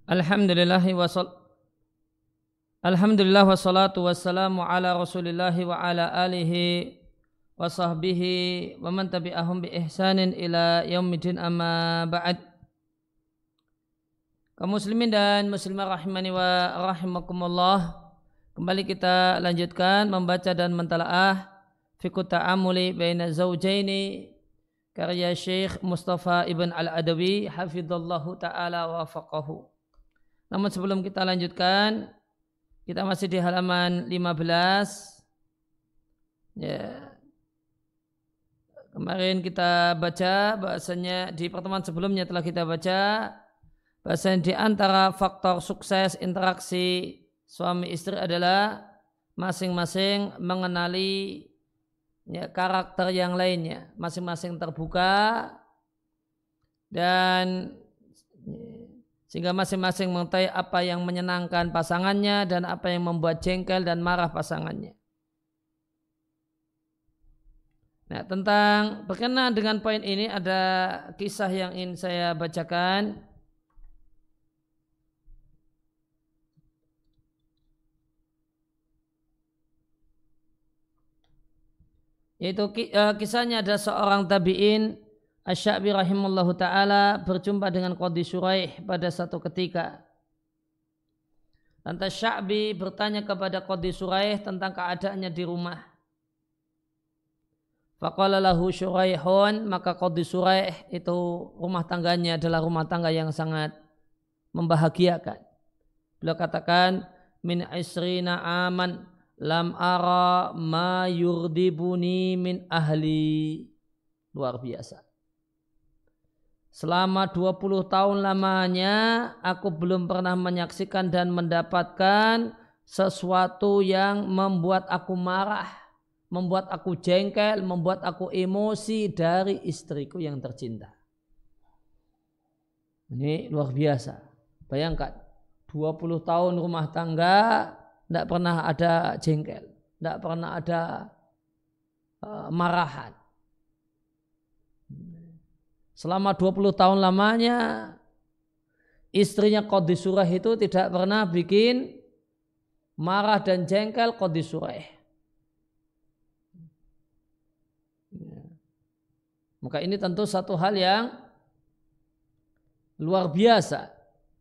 Alhamdulillah Alhamdulillah wassalatu wassalamu ala rasulillahi wa ala alihi wa sahbihi wa man tabi'ahum bi ihsanin ila yaumidin amma ba'd. Kaum muslimin dan muslimah rahimani wa rahimakumullah, kembali kita lanjutkan membaca dan mentalaah Fiqh Ta'amuli Baina Zawjaini karya Syekh Mustafa Ibn Al-Adawi hafidhallahu ta'ala wa wafaqahu. Namun sebelum kita lanjutkan, kita masih di halaman 15. Ya. Kemarin kita baca bahasanya, di pertemuan sebelumnya telah kita baca bahasanya di antara faktor sukses interaksi suami istri adalah masing-masing mengenali karakter yang lainnya, masing-masing terbuka dan sehingga masing-masing mengetahui apa yang menyenangkan pasangannya dan apa yang membuat jengkel dan marah pasangannya. Nah, tentang berkenaan dengan poin ini ada kisah yang ingin saya bacakan. Yaitu kisahnya ada seorang tabi'in Asy-Sya'bi rahimahullahu ta'ala berjumpa dengan Qadhi Syuraih pada satu ketika. Lantas Sya'bi bertanya kepada Qadhi Syuraih tentang keadaannya di rumah. Faqala lahu Syuraihun, maka Qadhi Syuraih itu rumah tangganya adalah rumah tangga yang sangat membahagiakan. Beliau katakan, min isrina aman lam ara ma yurdibuni min ahli. Luar biasa. Selama 20 tahun lamanya aku belum pernah menyaksikan dan mendapatkan sesuatu yang membuat aku marah, membuat aku jengkel, membuat aku emosi dari istriku yang tercinta. Ini luar biasa. Bayangkan 20 tahun rumah tangga tidak pernah ada jengkel, tidak pernah ada marahan. Selama 20 tahun lamanya istrinya Qadhi Syuraih itu tidak pernah bikin marah dan jengkel Qadhi Syuraih. Maka ini tentu satu hal yang luar biasa.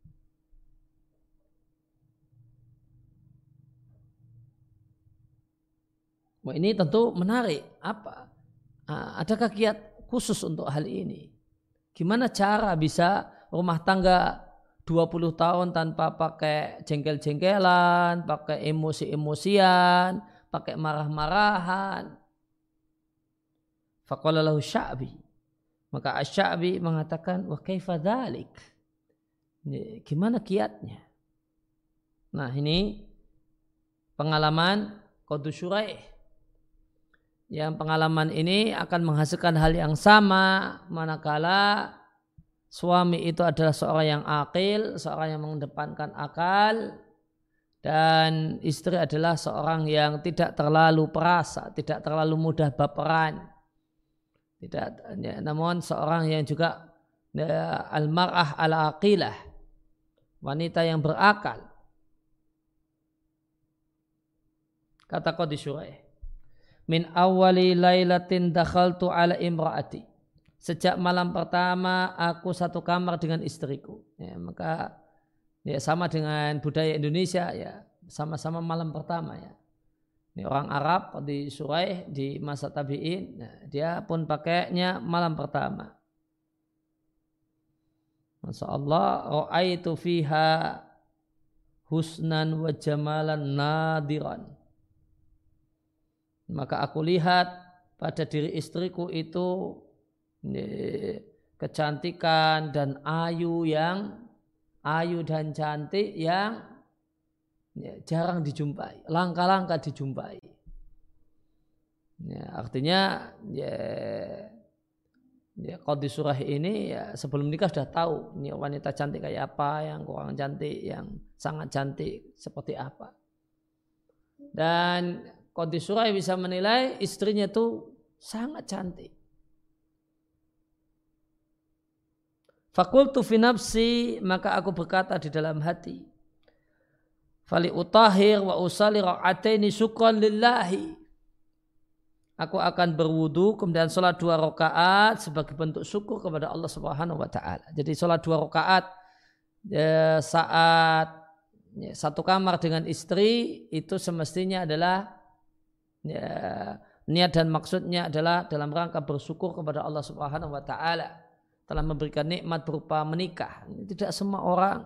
Wah, ini tentu menarik. Apa? Adakah kiat khusus untuk hal ini? Gimana cara bisa rumah tangga 20 tahun tanpa pakai jengkel-jengkelan, pakai emosi-emosian, pakai marah-marahan? Faqala lahu Sya'bi. Maka Asy-Sya'bi mengatakan, wa kaifa dzalik? Gimana kiatnya? Nah, ini pengalaman Qadhi Syuraih. Yang pengalaman ini akan menghasilkan hal yang sama manakala suami itu adalah seorang yang akil, seorang yang mengedepankan akal, dan istri adalah seorang yang tidak terlalu perasa, tidak terlalu mudah baperan. Namun seorang yang juga al-mar'ah al-aqilah, wanita yang berakal. Kata Qadhi Syuraih, min awwali lailatin dakhaltu ala imraati. Sejak malam pertama aku satu kamar dengan istriku. Ya, maka ya sama dengan budaya Indonesia, ya sama-sama malam pertama, ya. Ini orang Arab di Syuraih di masa tabi'in, ya, dia pun pakainya malam pertama. Masya Allah, ra'aitu fiha husnan wa jamalan nadiran. Maka aku lihat pada diri istriku itu kecantikan dan ayu dan cantik yang jarang dijumpai, langka-langka dijumpai. Artinya Qadhi Syuraih ini sebelum nikah sudah tahu ini wanita cantik kayak apa, yang kurang cantik, yang sangat cantik seperti apa. Dan Qadhi Syuraih bisa menilai istrinya itu sangat cantik. Fakultu fi nafsi, maka aku berkata di dalam hati, fali utahhir wa usalli rakaataini syukran lillahi. Aku akan berwudu kemudian salat 2 rakaat sebagai bentuk syukur kepada Allah Subhanahu wa taala. Jadi salat 2 rakaat saat satu kamar dengan istri itu semestinya adalah niat dan maksudnya adalah dalam rangka bersyukur kepada Allah Subhanahu wa taala telah memberikan nikmat berupa menikah. Tidak semua orang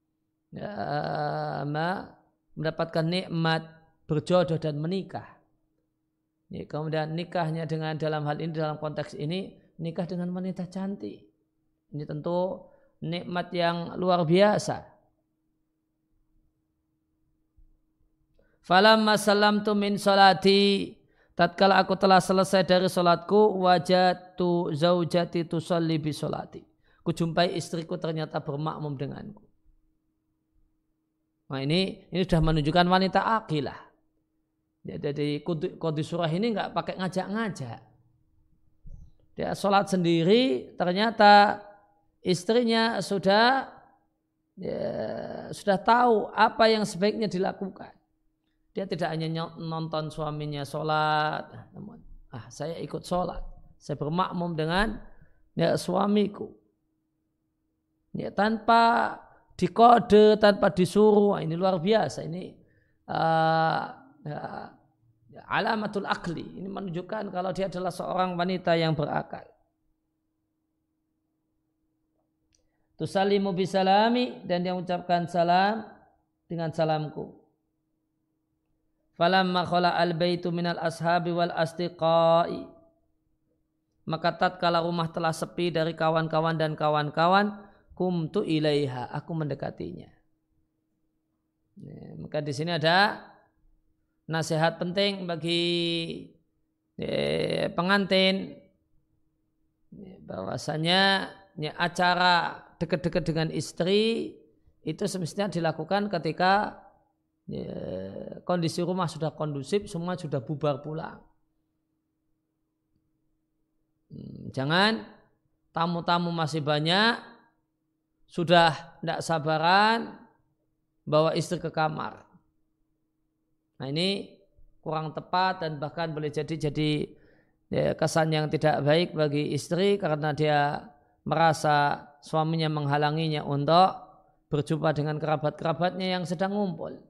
mendapatkan nikmat berjodoh dan menikah. Kemudian nikahnya dengan dalam hal ini, dalam konteks ini, nikah dengan wanita cantik. Ini tentu nikmat yang luar biasa. Falamma salamtu min salati, tatkala aku telah selesai dari salatku, wajadtu zaujati tusalli bi salati. Kujumpai istriku ternyata bermakmum denganku. Nah ini sudah menunjukkan wanita aqilah. Jadi qadhi surah ini enggak pakai ngajak-ngajak. Dia salat sendiri, ternyata istrinya sudah tahu apa yang sebaiknya dilakukan. Dia tidak hanya nonton suaminya sholat, namun saya ikut sholat, saya bermakmum dengan suamiku. Tanpa dikode, tanpa disuruh, ini luar biasa. Ini alamatul akli. Ini menunjukkan kalau dia adalah seorang wanita yang berakal. Tusallimu bisalami, dan dia mengucapkan salam dengan salamku. Falamma khala al-baitu minal ashabi wal asdiqai, maka tatkala rumah telah sepi dari kawan-kawan dan kawan-kawan, kumtu ilaiha, aku mendekatinya. Maka di sini ada nasihat penting bagi pengantin, bahwasanya acara dekat-dekat dengan istri itu semestinya dilakukan ketika kondisi rumah sudah kondusif, semua sudah bubar pulang. Jangan tamu-tamu masih banyak, sudah tidak sabaran bawa istri ke kamar. Nah ini kurang tepat dan bahkan boleh jadi kesan yang tidak baik bagi istri karena dia merasa suaminya menghalanginya untuk berjumpa dengan kerabat-kerabatnya yang sedang ngumpul.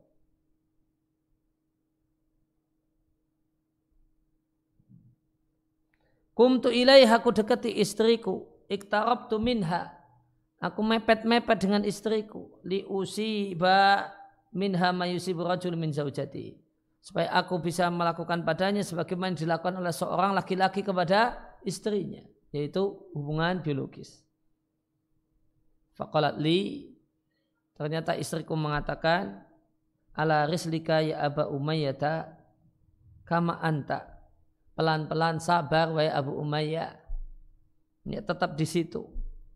Kumtu ilaiha, aku dekati istriku, iktarabtu minha, aku mepet-mepet dengan istriku, liusiba minha mayusibu rajul min zaujati, supaya aku bisa melakukan padanya sebagaimana dilakukan oleh seorang laki-laki kepada istrinya, yaitu hubungan biologis. Faqalat li, ternyata istriku mengatakan, ala rislika ya Aba Umayyah kama anta, pelan-pelan sabar wahai Abu Umayyah, ya, tetap di situ.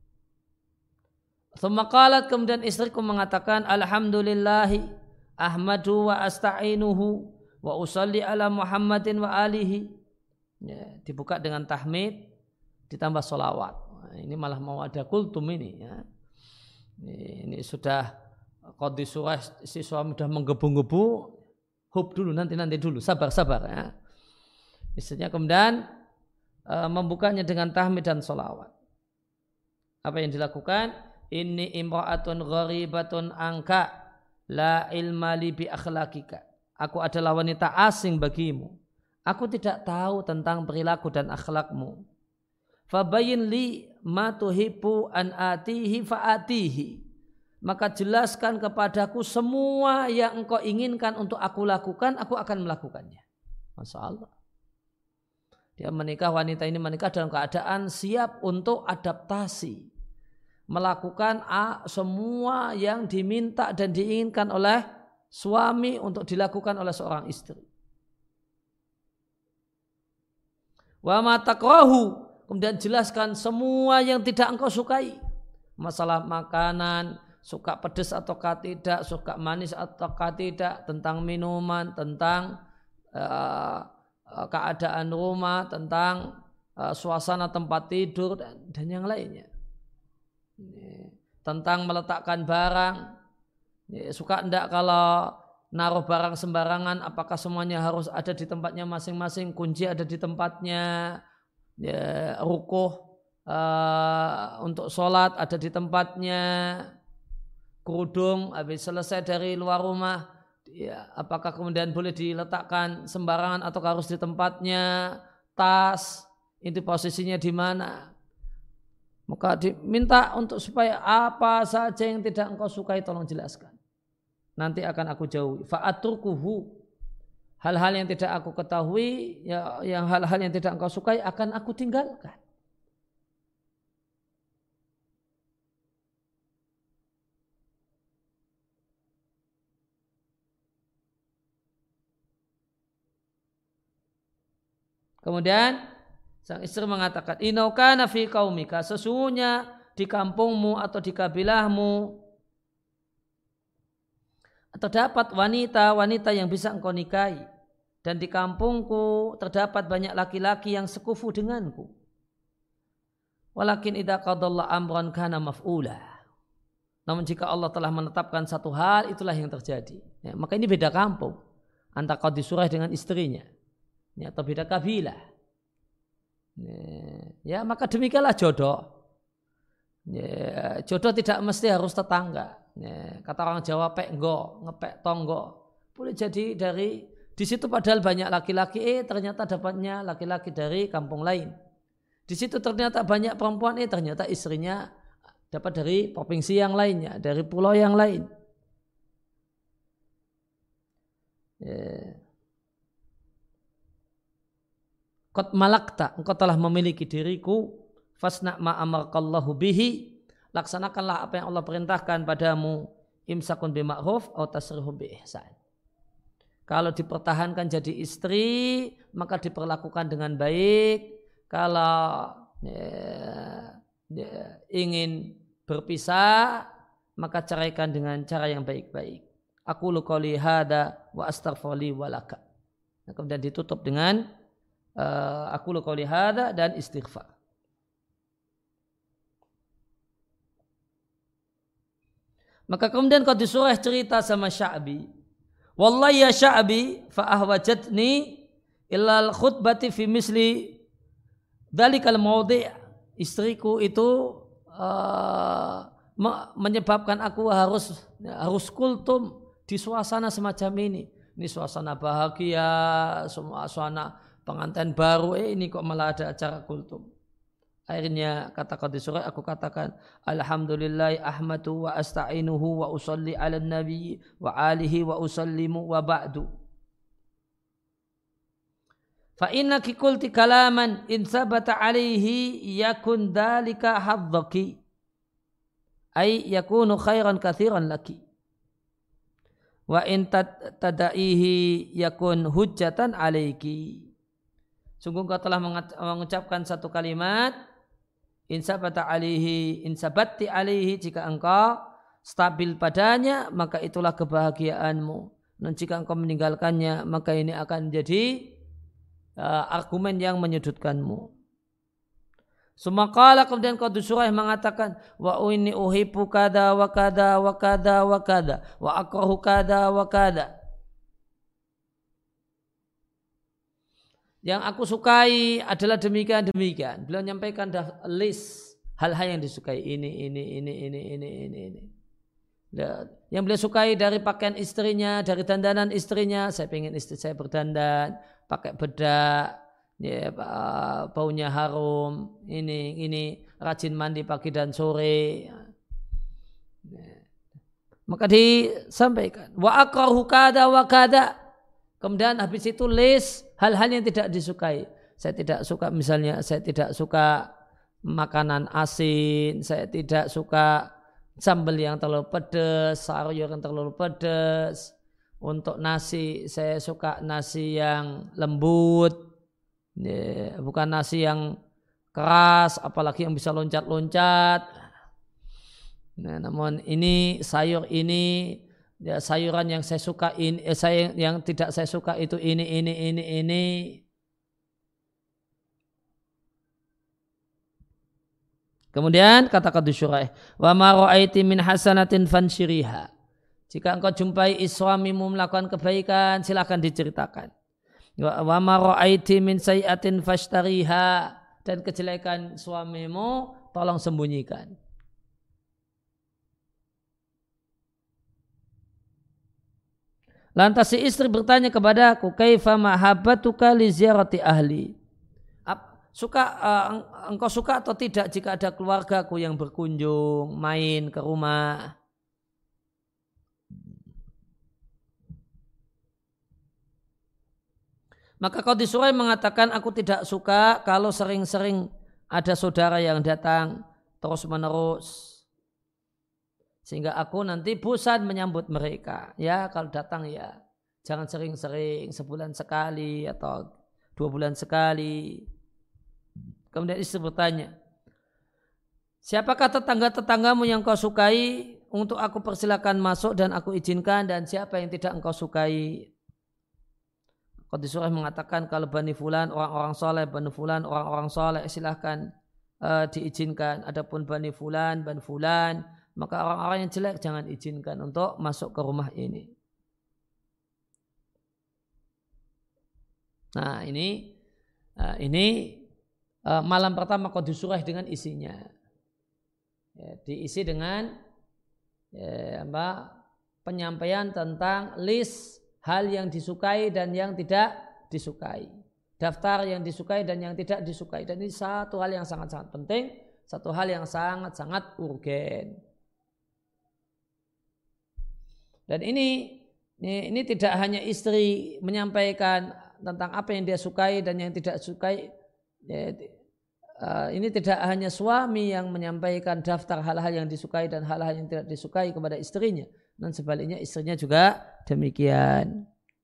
Tsumma qalat, kemudian istriku mengatakan, alhamdulillahi ahmadu wa asta'inuhu wa usalli ala Muhammadin wa alihi. Ya, dibuka dengan tahmid ditambah sholawat. Ini malah mau ada kultum ini, ya. Ini sudah qadhi surah, si suami sudah menggebu-gebu, hub dulu, nanti dulu, sabar ya. Istrinya kemudian membukanya dengan tahmid dan sholawat. Apa yang dilakukan? Inni imra'atun gharibatun angka la ilma li bi akhlaqika. Aku adalah wanita asing bagimu. Aku tidak tahu tentang perilaku dan akhlakmu. Fabayyin li ma tuhibbu an atihi fa'atihi. Maka jelaskan kepadaku semua yang engkau inginkan untuk aku lakukan, aku akan melakukannya. Masya Allah. Dia menikah, wanita ini menikah dalam keadaan siap untuk adaptasi, melakukan semua yang diminta dan diinginkan oleh suami untuk dilakukan oleh seorang istri. Wa ma takrahu, kemudian jelaskan semua yang tidak engkau sukai, masalah makanan, suka pedas ataukah tidak, suka manis ataukah tidak, tentang minuman, tentang keadaan rumah, tentang suasana tempat tidur dan yang lainnya. tentang meletakkan barang. Suka enggak kalau naruh barang sembarangan, apakah semuanya harus ada di tempatnya masing-masing, kunci ada di tempatnya, rukuh untuk sholat ada di tempatnya, kerudung habis selesai dari luar rumah, apakah kemudian boleh diletakkan sembarangan atau harus di tempatnya, tas itu posisinya di mana. Maka diminta untuk supaya apa saja yang tidak engkau sukai tolong jelaskan. Nanti akan aku jauhi. Fa'atrukuhu, hal-hal yang tidak aku ketahui, yang hal-hal yang tidak engkau sukai akan aku tinggalkan. Kemudian sang istri mengatakan, "Inau kana fi qaumika," sesungguhnya di kampungmu atau di kabilahmu terdapat wanita-wanita yang bisa engkau nikahi, dan di kampungku terdapat banyak laki-laki yang sekufu denganku. Walakin idza qadallahu amran kana maf'ula. Namun jika Allah telah menetapkan satu hal, itulah yang terjadi. Ya, maka ini beda kampung antara qadhi surah dengan istrinya. Ya, atau beda kabilah. Ya, maka demikianlah jodoh. Ya, jodoh tidak mesti harus tetangga. Ya, kata orang Jawa ngepek tonggo. Boleh jadi dari di situ padahal banyak laki-laki, ternyata dapatnya laki-laki dari kampung lain. Di situ ternyata banyak perempuan, ternyata istrinya dapat dari provinsi yang lainnya, dari pulau yang lain. Ya. Qad malakta, engkau telah memiliki diriku, fasna ma amarkallahu bihi, laksanakanlah apa yang Allah perintahkan padamu, imsakun bima'ruf atau tasrihum bi ihsan. Kalau dipertahankan jadi istri, maka diperlakukan dengan baik. Kalau ingin berpisah, maka ceraikan dengan cara yang baik-baik. Aqulu qouli hadza wa astaghfiru wa laka. Kemudian ditutup dengan aqulu qouli hadza dan istighfar. Maka kemudian kau disuruh cerita sama Sya'bi. Wallahi ya Sya'bi fa ahwajatni ilal khutbati fi misli dalikal mawdi'. Istriku itu menyebabkan aku harus kultum di suasana semacam ini. Ini suasana bahagia, suasana pengantin baru, ini kok malah ada acara kultum. Akhirnya kata qadhi surah, aku katakan alhamdulillah ahmadu wa asta'inuhu wa usalli ala nabi wa alihi wa usallimu wa ba'du. Fa innaki qulti kalaman in sabata alaihi yakun dhalika hadzaki, ay yakunu khairan katsiran laki, wa in tadaihi yakun hujjatan alaiki. Sungguh kau telah mengucapkan satu kalimat, insabati alaihi, jika engkau stabil padanya maka itulah kebahagiaanmu, dan jika engkau meninggalkannya maka ini akan menjadi argumen yang menyudutkanmu. Sumakala, kemudian qadhi surah mengatakan, wa inni uhibbu kada wa kada wa kada wa kada wa akrahu kada wa kada. Yang aku sukai adalah demikian. Beliau menyampaikan list hal-hal yang disukai ini. Yang beliau sukai dari pakaian istrinya, dari dandanan istrinya, saya pengen istri saya berdandan, pakai bedak, ya, baunya harum, ini rajin mandi pagi dan sore. Maka disampaikan, wa akrahu kada wa kada. Kemudian habis itu list hal-hal yang tidak disukai. Saya tidak suka, misalnya saya tidak suka makanan asin, saya tidak suka sambal yang terlalu pedas, sayur yang terlalu pedas. Untuk nasi, saya suka nasi yang lembut, bukan nasi yang keras, apalagi yang bisa loncat-loncat. Nah, namun ini sayur ini, ya, sayuran yang saya suka ini, yang tidak saya suka itu ini. Kemudian kata Qadhi Syuraih, wa ma ra'aiti min hasanatin fanshiriha. Jika engkau jumpai suamimu melakukan kebaikan, silakan diceritakan. Wa ma ra'aiti min sayyi'atin fashtariha, dan kejelekan suamimu tolong sembunyikan. Lantas si istri bertanya kepadaku, kaifa mahabbatuka li ziyarati ahli? Engkau suka atau tidak jika ada keluargaku yang berkunjung, main ke rumah? Maka Qadhi Syuraih mengatakan, aku tidak suka kalau sering-sering ada saudara yang datang terus menerus, sehingga aku nanti bosan menyambut mereka. Ya, kalau datang ya jangan sering-sering, sebulan sekali atau 2 bulan sekali. Kemudian istri bertanya, siapakah tetangga-tetanggamu yang kau sukai untuk aku persilakan masuk dan aku izinkan, dan siapa yang tidak engkau sukai? Qadhi Syuraih mengatakan, kalau Bani Fulan orang-orang soleh, Bani Fulan orang-orang soleh, silahkan diizinkan. Adapun Bani Fulan, maka orang-orang yang jelek jangan izinkan untuk masuk ke rumah ini. Nah ini malam pertama Qadhi Syuraih dengan isinya. Ya, diisi dengan penyampaian tentang list hal yang disukai dan yang tidak disukai. Daftar yang disukai dan yang tidak disukai. Dan ini satu hal yang sangat-sangat penting, satu hal yang sangat-sangat urgen. Dan ini tidak hanya istri menyampaikan tentang apa yang dia sukai dan yang tidak sukai. Ini tidak hanya suami yang menyampaikan daftar hal-hal yang disukai dan hal-hal yang tidak disukai kepada istrinya, dan sebaliknya istrinya juga demikian.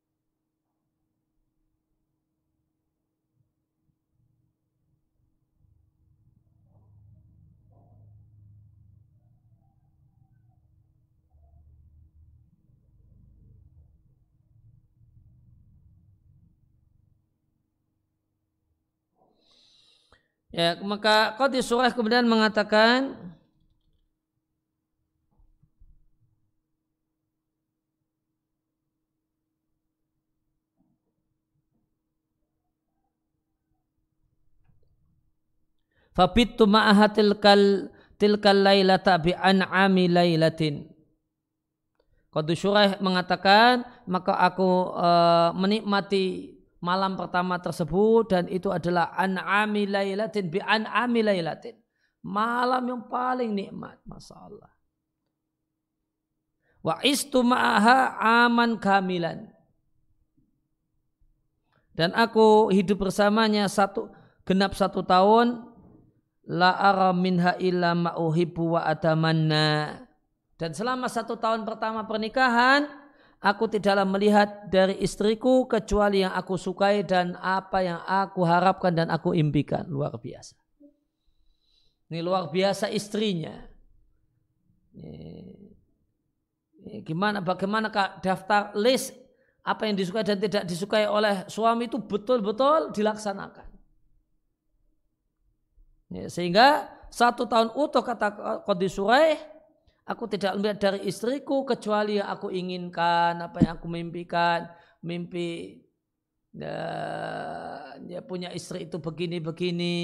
Ya, maka Qadhi Syuraih kemudian mengatakan, fabittu ma'aha tilkal lailata bi'an'ami lailatin. Qadhi Syuraih mengatakan, maka aku menikmati malam pertama tersebut, dan itu adalah an'ami lailatin bi'an'ami lailatin. Malam yang paling nikmat, Masya Allah. Wa istu ma'aha aman kamilan. Dan aku hidup bersamanya genap 1 tahun. La ara minha illa ma'uhibbu wa atamanna. Dan selama 1 tahun pertama pernikahan, aku tidaklah melihat dari istriku kecuali yang aku sukai dan apa yang aku harapkan dan aku impikan. Luar biasa. Ini luar biasa istrinya. Bagaimanakah daftar list apa yang disukai dan tidak disukai oleh suami itu betul-betul dilaksanakan. Sehingga 1 tahun utuh, kata Qadhi Syuraih, aku tidak melihat dari istriku kecuali yang aku inginkan, apa yang aku mimpikan. Mimpi dia punya istri itu begini-begini.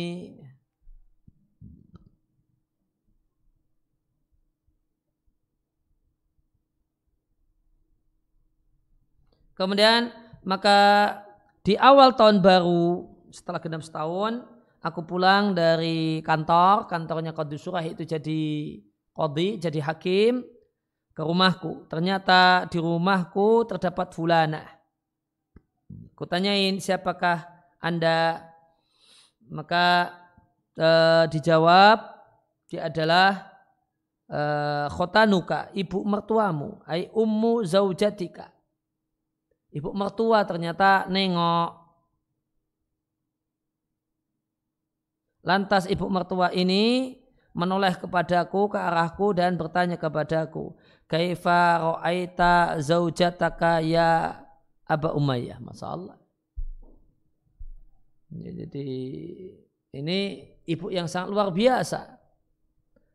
Kemudian maka di awal tahun baru, setelah genap setahun, aku pulang dari kantornya Qadhi Syuraih itu jadi qadhi, jadi hakim, ke rumahku. Ternyata di rumahku terdapat fulanah. Kutanyain, siapakah Anda? Maka dijawab, dia adalah khotanuka, ibu mertuamu, ai ummu zaujatika. Ibu mertua ternyata nengok. Lantas ibu mertua ini menoleh kepadaku, ke arahku, dan bertanya kepadaku, kaifa ra'aita zaujataka ya Aba Umayyah. Masya Allah. Jadi ini ibu yang sangat luar biasa.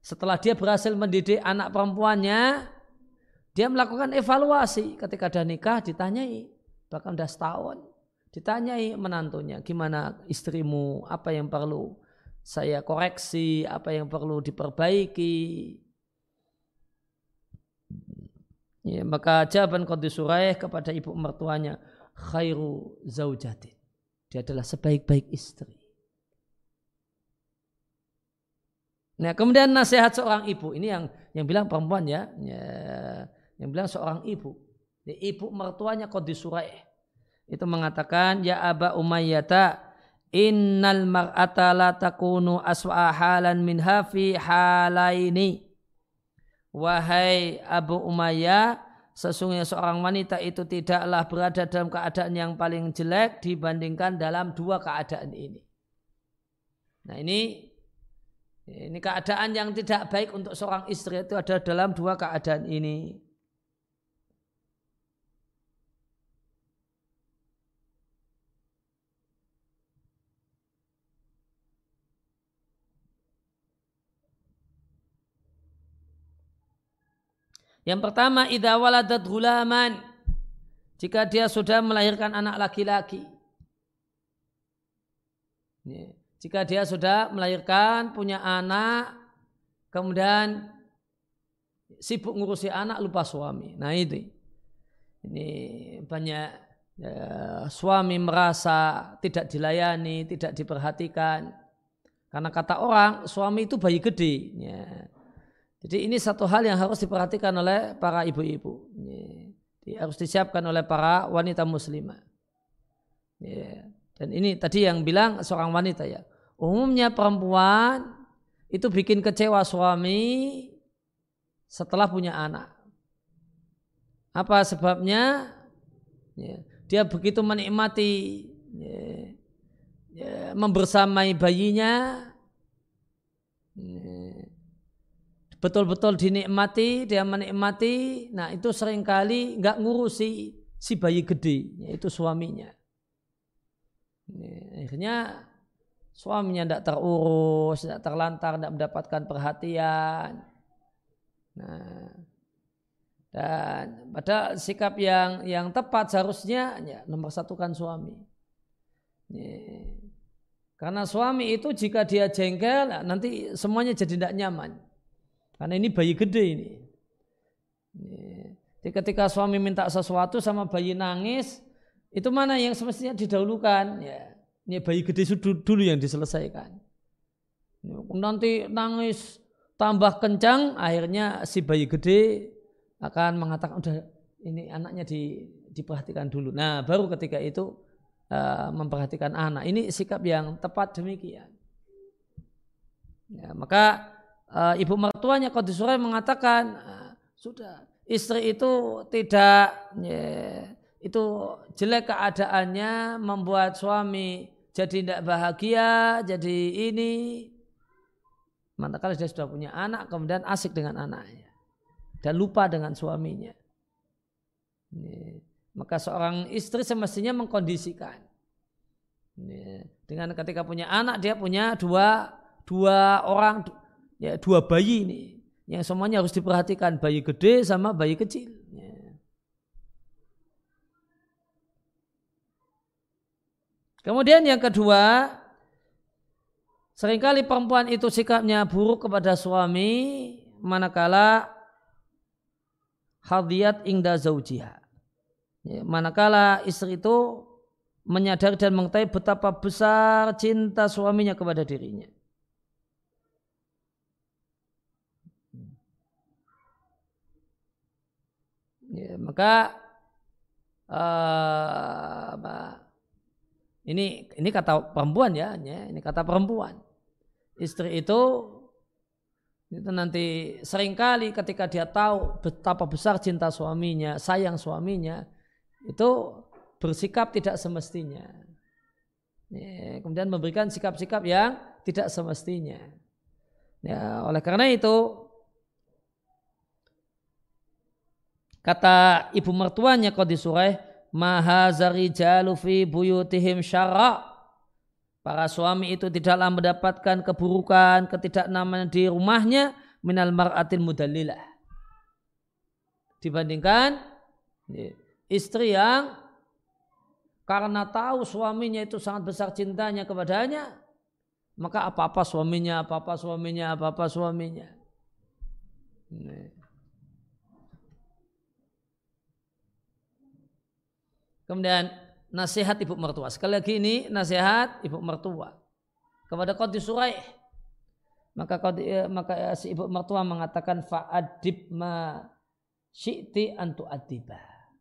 setelah dia berhasil mendidik anak perempuannya, dia melakukan evaluasi. Ketika ada nikah ditanyai, bahkan udah setahun, ditanyai menantunya, gimana istrimu, apa yang perlu saya koreksi, apa yang perlu diperbaiki. Ya, maka jawaban Qadhi Shuraih kepada ibu mertuanya, khairu zaujatin, dia adalah sebaik-baik istri. Nah, kemudian nasihat seorang ibu, ini yang bilang perempuan ya, yang bilang seorang ibu. Ibu mertuanya Qadhi Shuraih itu mengatakan, ya Aba Umayyah, innal mar'ata la takunu aswa'a halan minha fi halaini. Wahai Abu Umayyah, sesungguhnya seorang wanita itu tidaklah berada dalam keadaan yang paling jelek dibandingkan dalam dua keadaan ini. Nah, ini keadaan yang tidak baik untuk seorang istri itu ada dalam dua keadaan ini. Yang pertama, idza waladat ghulaman, jika dia sudah melahirkan anak laki-laki. Jika dia sudah melahirkan, punya anak, kemudian sibuk ngurusi anak, lupa suami. Nah ini banyak suami merasa tidak dilayani, tidak diperhatikan. Karena kata orang, suami itu bayi gede. Ya. Jadi ini satu hal yang harus diperhatikan oleh para ibu-ibu. Ya. Harus disiapkan oleh para wanita muslimah. Ya. Dan ini tadi yang bilang seorang wanita ya. Umumnya perempuan itu bikin kecewa suami setelah punya anak. Apa sebabnya? Ya, dia begitu menikmati membersamai bayinya, betul-betul dinikmati, dia menikmati. Nah itu seringkali nggak ngurusi si bayi gede, yaitu suaminya. Akhirnya suaminya tidak terurus, tidak terlantar, tidak mendapatkan perhatian. Nah, dan pada sikap yang tepat seharusnya ya, nomor satukan suami. Ya. Karena suami itu jika dia jengkel, nanti semuanya jadi tidak nyaman. Karena ini bayi gede ini. Ya. Jadi ketika suami minta sesuatu sama bayi nangis, itu mana yang semestinya didahulukan? Ya. Ini bayi gede dulu yang diselesaikan. Nanti nangis tambah kencang, akhirnya si bayi gede akan mengatakan udah ini anaknya diperhatikan dulu. Nah baru ketika itu memperhatikan anak. Ini sikap yang tepat demikian. Ya, maka ibu mertuanya Qadhi Shuraih mengatakan sudah istri itu tidak itu jelek keadaannya, membuat suami jadi tidak bahagia, jadi ini. Manakala dia sudah punya anak, kemudian asik dengan anaknya dan lupa dengan suaminya. Maka seorang istri semestinya mengkondisikan. Dengan ketika punya anak, dia punya dua orang, ya, dua bayi ini, yang semuanya harus diperhatikan, bayi gede sama bayi kecil. Kemudian yang kedua, seringkali perempuan itu sikapnya buruk kepada suami manakala hadiyat ingda zaujiha. Manakala istri itu menyadari dan mengetahui betapa besar cinta suaminya kepada dirinya. Ya, maka ini kata perempuan ya, ini kata perempuan. Istri itu nanti seringkali ketika dia tahu betapa besar cinta suaminya, sayang suaminya, itu bersikap tidak semestinya. Ya, kemudian memberikan sikap-sikap yang tidak semestinya. Ya, oleh karena itu kata ibu mertuanya Qadhi Shuraih, mahazarijalu fi buyutihim syara. Para suami itu tidaklah mendapatkan keburukan, ketidaknyaman di rumahnya minal mar'atil mudallilah, dibandingkan istri yang karena tahu suaminya itu sangat besar cintanya kepadanya, maka apa-apa suaminya. Kemudian nasihat ibu mertua. Sekali lagi ini nasihat ibu mertua kepada Qadhi Shuraih. Maka si ibu mertua mengatakan fa'adib ma syi'ti antu adibah.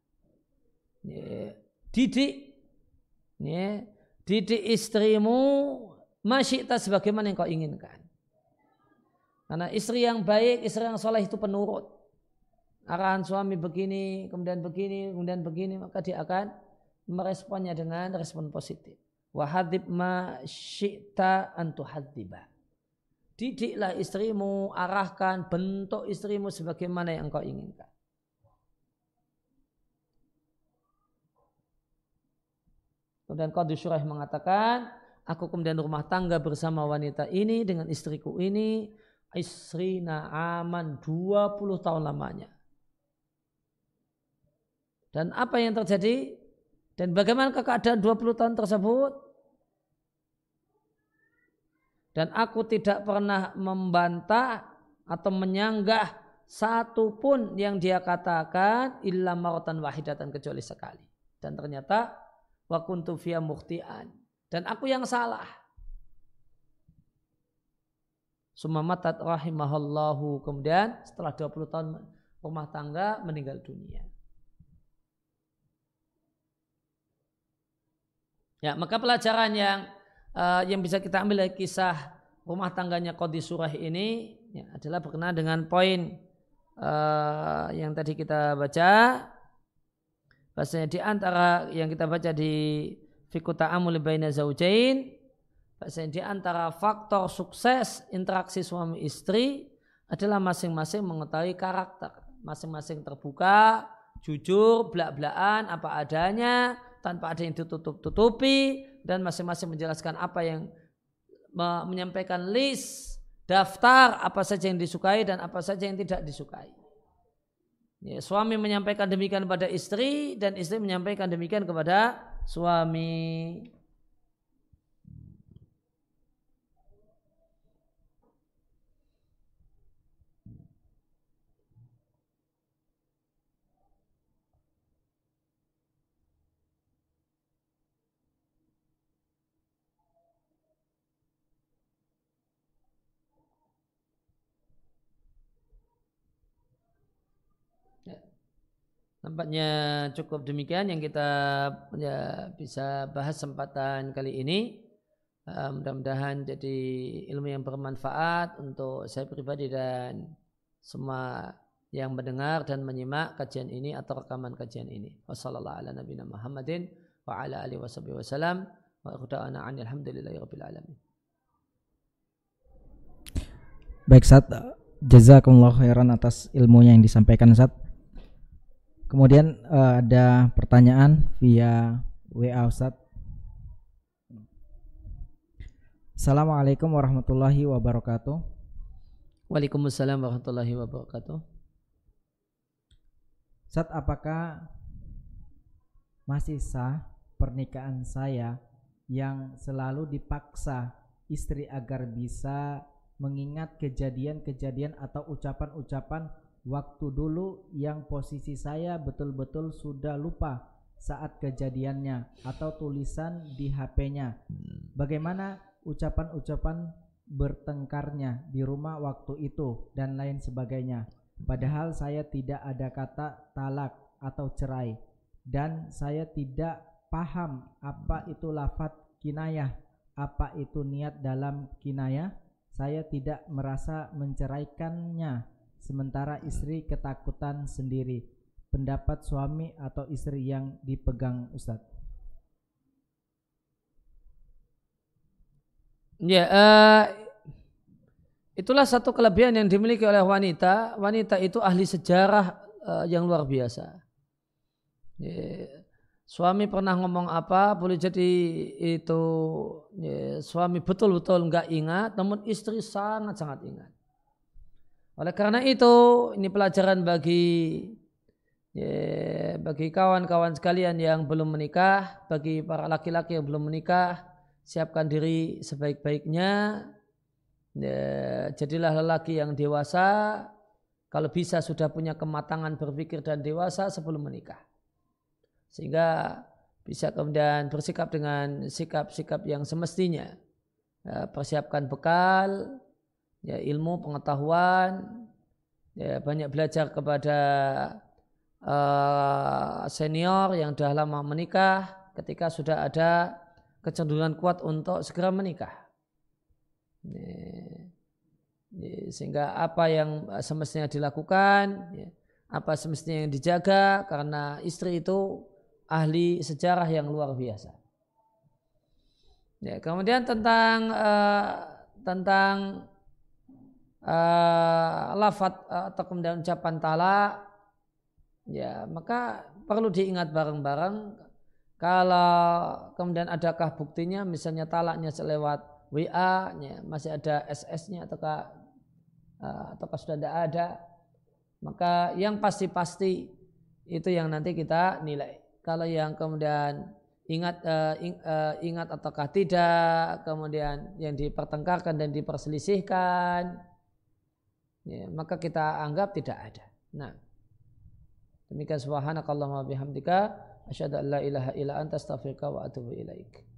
Didik istrimu ma syi'ta sebagaimana yang kau inginkan. Karena istri yang baik, istri yang soleh itu penurut. Arahan suami begini, kemudian begini, maka dia akan meresponnya dengan respon positif. Wahadib ma syi'ta antu hadibah. Didiklah istrimu, arahkan, bentuk istrimu sebagaimana yang engkau inginkan. Kemudian Qadhi Shuraih mengatakan, aku kemudian rumah tangga bersama wanita ini dengan istriku ini, isrina aman 20 tahun lamanya. Dan apa yang terjadi? Dan bagaimana keadaan 20 tahun tersebut? Dan aku tidak pernah membantah atau menyanggah satu pun yang dia katakan illa maratan wahidatan, kecuali sekali. Dan ternyata wa kuntu fiya mukhti'an, dan aku yang salah. Summa matat rahimahallahu, kemudian setelah 20 tahun rumah tangga meninggal dunia. Ya, maka pelajaran yang bisa kita ambil dari kisah rumah tangganya Qadhi Shuraih ini ya, adalah berkenaan dengan poin yang tadi kita baca. Bahasanya di antara yang kita baca di Fiqh Ta'amul Baina Zawjain, bahasanya di antara faktor sukses interaksi suami istri adalah masing-masing mengetahui karakter, masing-masing terbuka, jujur, belak-belakan apa adanya, tanpa ada yang ditutup-tutupi, dan masing-masing menjelaskan apa yang menyampaikan list, daftar apa saja yang disukai dan apa saja yang tidak disukai. Ya, suami menyampaikan demikian kepada istri dan istri menyampaikan demikian kepada suami. Nampaknya cukup demikian yang kita bisa bahas kesempatan kali ini. Mudah-mudahan jadi ilmu yang bermanfaat untuk saya pribadi dan semua yang mendengar dan menyimak kajian ini atau rekaman kajian ini. Wassallallahu ala nabiyina Muhammadin wa ala alihi wasallam wa akhda'ana alhamdulillahirabbil alamin. Baik Ustaz, jazakumullah khairan atas ilmunya yang disampaikan Ustaz. Kemudian ada pertanyaan via WA Ustaz. Assalamualaikum warahmatullahi wabarakatuh. Waalaikumsalam warahmatullahi wabarakatuh. Ustaz, apakah masih sah pernikahan saya yang selalu dipaksa istri agar bisa mengingat kejadian-kejadian atau ucapan-ucapan waktu dulu yang posisi saya betul-betul sudah lupa saat kejadiannya, atau tulisan di HP-nya? Bagaimana ucapan-ucapan bertengkarnya di rumah waktu itu dan lain sebagainya. Padahal saya tidak ada kata talak atau cerai, dan saya tidak paham apa itu lafadz kinayah, apa itu niat dalam kinayah. Saya tidak merasa menceraikannya, sementara istri ketakutan sendiri. Pendapat suami atau istri yang dipegang Ustadz? Ya, itulah satu kelebihan yang dimiliki oleh wanita. Wanita itu ahli sejarah yang luar biasa. Ya, suami pernah ngomong apa, boleh jadi itu ya, suami betul-betul nggak ingat, namun istri sangat-sangat ingat. Oleh karena itu, ini pelajaran bagi kawan-kawan sekalian yang belum menikah, bagi para laki-laki yang belum menikah, siapkan diri sebaik-baiknya. Jadilah lelaki yang dewasa, kalau bisa sudah punya kematangan berpikir dan dewasa sebelum menikah, sehingga bisa kemudian bersikap dengan sikap-sikap yang semestinya. Persiapkan bekal, ilmu, pengetahuan, banyak belajar kepada senior yang sudah lama menikah ketika sudah ada kecenderungan kuat untuk segera menikah. Sehingga apa yang semestinya dilakukan, apa semestinya yang dijaga, karena istri itu ahli sejarah yang luar biasa. Kemudian tentang lafaz atau kemudian ucapan talak, maka perlu diingat bareng-bareng. Kalau kemudian adakah buktinya, misalnya talaknya selewat WA, masih ada SS-nya ataukah sudah tidak ada, maka yang pasti-pasti itu yang nanti kita nilai. Kalau yang kemudian ingat ataukah tidak, kemudian yang dipertengkarkan dan diperselisihkan, maka kita anggap tidak ada. Nah, demikian subhanakallahumma bihamdika asyhadu an la ilaha illa anta astaghfiruka wa atubu ilaik.